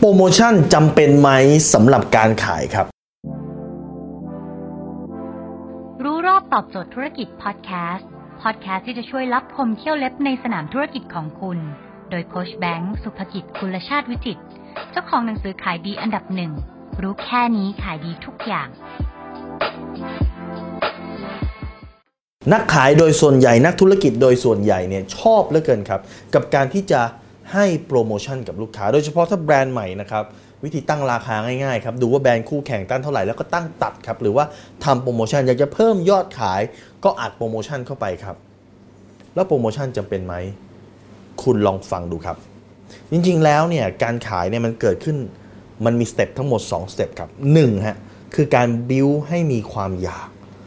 โปรโมชั่นจำเป็นไหมสำหรับการขายครับรู้รอบตอบโจทย์ธุรกิจพอดแคสต์ที่จะช่วยลับคมเที่ยวเล็บในสนามธุรกิจของคุณโดยโค้ชแบงค์สุภกิจกุลชาติวิจิตรเจ้าของหนังสือขายดีอันดับ1รู้แค่นี้ขายดีทุกอย่างนักขายโดยส่วนใหญ่นักธุรกิจโดยส่วนใหญ่เนี่ยชอบเหลือเกินครับกับการที่จะให้โปรโมชั่นกับลูกค้าโดยเฉพาะถ้าแบรนด์ใหม่นะครับวิธีตั้งราคาง่ายๆครับดูว่าแบรนด์คู่แข่งตั้งเท่าไหร่แล้วก็ตั้งตัดครับหรือว่าทำโปรโมชั่นอยากจะเพิ่มยอดขายก็อัดโปรโมชั่นเข้าไปครับแล้วโปรโมชั่นจำเป็นไหมคุณลองฟังดูครับจริงๆแล้วเนี่ยการขายเนี่ยมันเกิดขึ้นมันมีสเต็ปทั้งหมด2สเต็ปครับ1ฮะคือการบิวให้มีความอยาก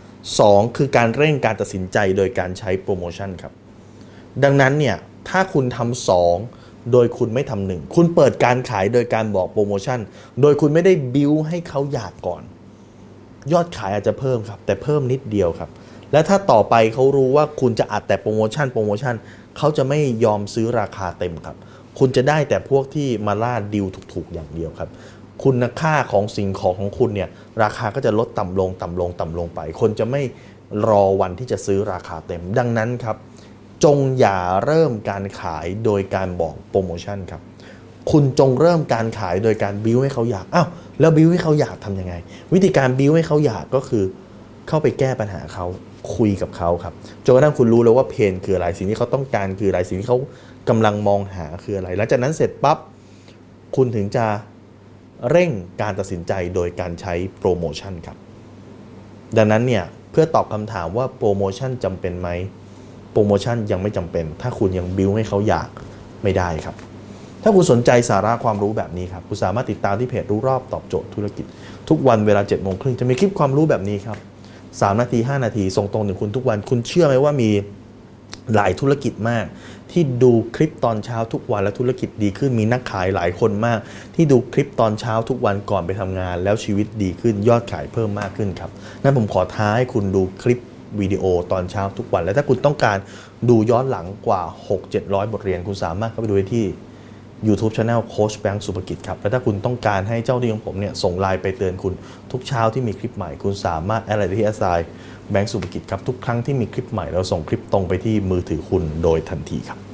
2คือการเร่งการตัดสินใจโดยการใช้โปรโมชั่นครับดังนั้นเนี่ยถ้าคุณทำ2โดยคุณไม่ทำ1คุณเปิดการขายโดยการบอกโปรโมชั่นโดยคุณไม่ได้บิวให้เขาอยากก่อนยอดขายอาจจะเพิ่มครับแต่เพิ่มนิดเดียวครับและถ้าต่อไปเขารู้ว่าคุณจะอัดแต่โปรโมชั่นเขาจะไม่ยอมซื้อราคาเต็มครับคุณจะได้แต่พวกที่มาล่าดีลถูกๆอย่างเดียวครับคุณค่าของสิ่งของคุณเนี่ยราคาก็จะลดต่ำลงไปคนจะไม่รอวันที่จะซื้อราคาเต็มดังนั้นครับจงอย่าเริ่มการขายโดยการบอกโปรโมชั่นครับคุณจงเริ่มการขายโดยการบิ้วให้เขาอยากแล้วบิ้วให้เขาอยากทำยังไงวิธีการบิ้วให้เขาอยากก็คือเข้าไปแก้ปัญหาเขาคุยกับเขาครับจนกระทั่งคุณรู้แล้วว่าเพนคืออะไรสิ่งที่เขาต้องการคืออะไรสิ่งที่เขากำลังมองหาคืออะไรแล้วจากนั้นเสร็จปั๊บคุณถึงจะเร่งการตัดสินใจโดยการใช้โปรโมชั่นครับดังนั้นเนี่ยเพื่อตอบคำถามว่าโปรโมชั่นจำเป็นไหมโปรโมชั่นยังไม่จำเป็นถ้าคุณยังบิ้วให้เขาอยากไม่ได้ครับถ้าคุณสนใจสาระความรู้แบบนี้ครับคุณสามารถติดตามที่เพจรู้รอบตอบโจทย์ธุรกิจทุกวันเวลา 7:30 นจะมีคลิปความรู้แบบนี้ครับ3 นาที 5 นาทีส่งตรงถึงคุณทุกวันคุณเชื่อไหมว่ามีหลายธุรกิจมากที่ดูคลิปตอนเช้าทุกวันแล้วธุรกิจดีขึ้นมีนักขายหลายคนมากที่ดูคลิปตอนเช้าทุกวันก่อนไปทำงานแล้วชีวิตดีขึ้นยอดขายเพิ่มมากขึ้นครับนั้นผมขอท้าให้คุณดูคลิปวิดีโอตอนเช้าทุกวันและถ้าคุณต้องการดูย้อนหลังกว่า 6-700 บทเรียนคุณสามารถเข้าไปดูได้ที่ YouTube Channel โค้ชแบงค์สุภกิจครับและถ้าคุณต้องการให้เจ้าหน้าที่ของผมเนี่ยส่งไลน์ไปเตือนคุณทุกเช้าที่มีคลิปใหม่คุณสามารถแอดไลน์ที่@แบงค์สุภกิจครับทุกครั้งที่มีคลิปใหม่เราส่งคลิปตรงไปที่มือถือคุณโดยทันทีครับ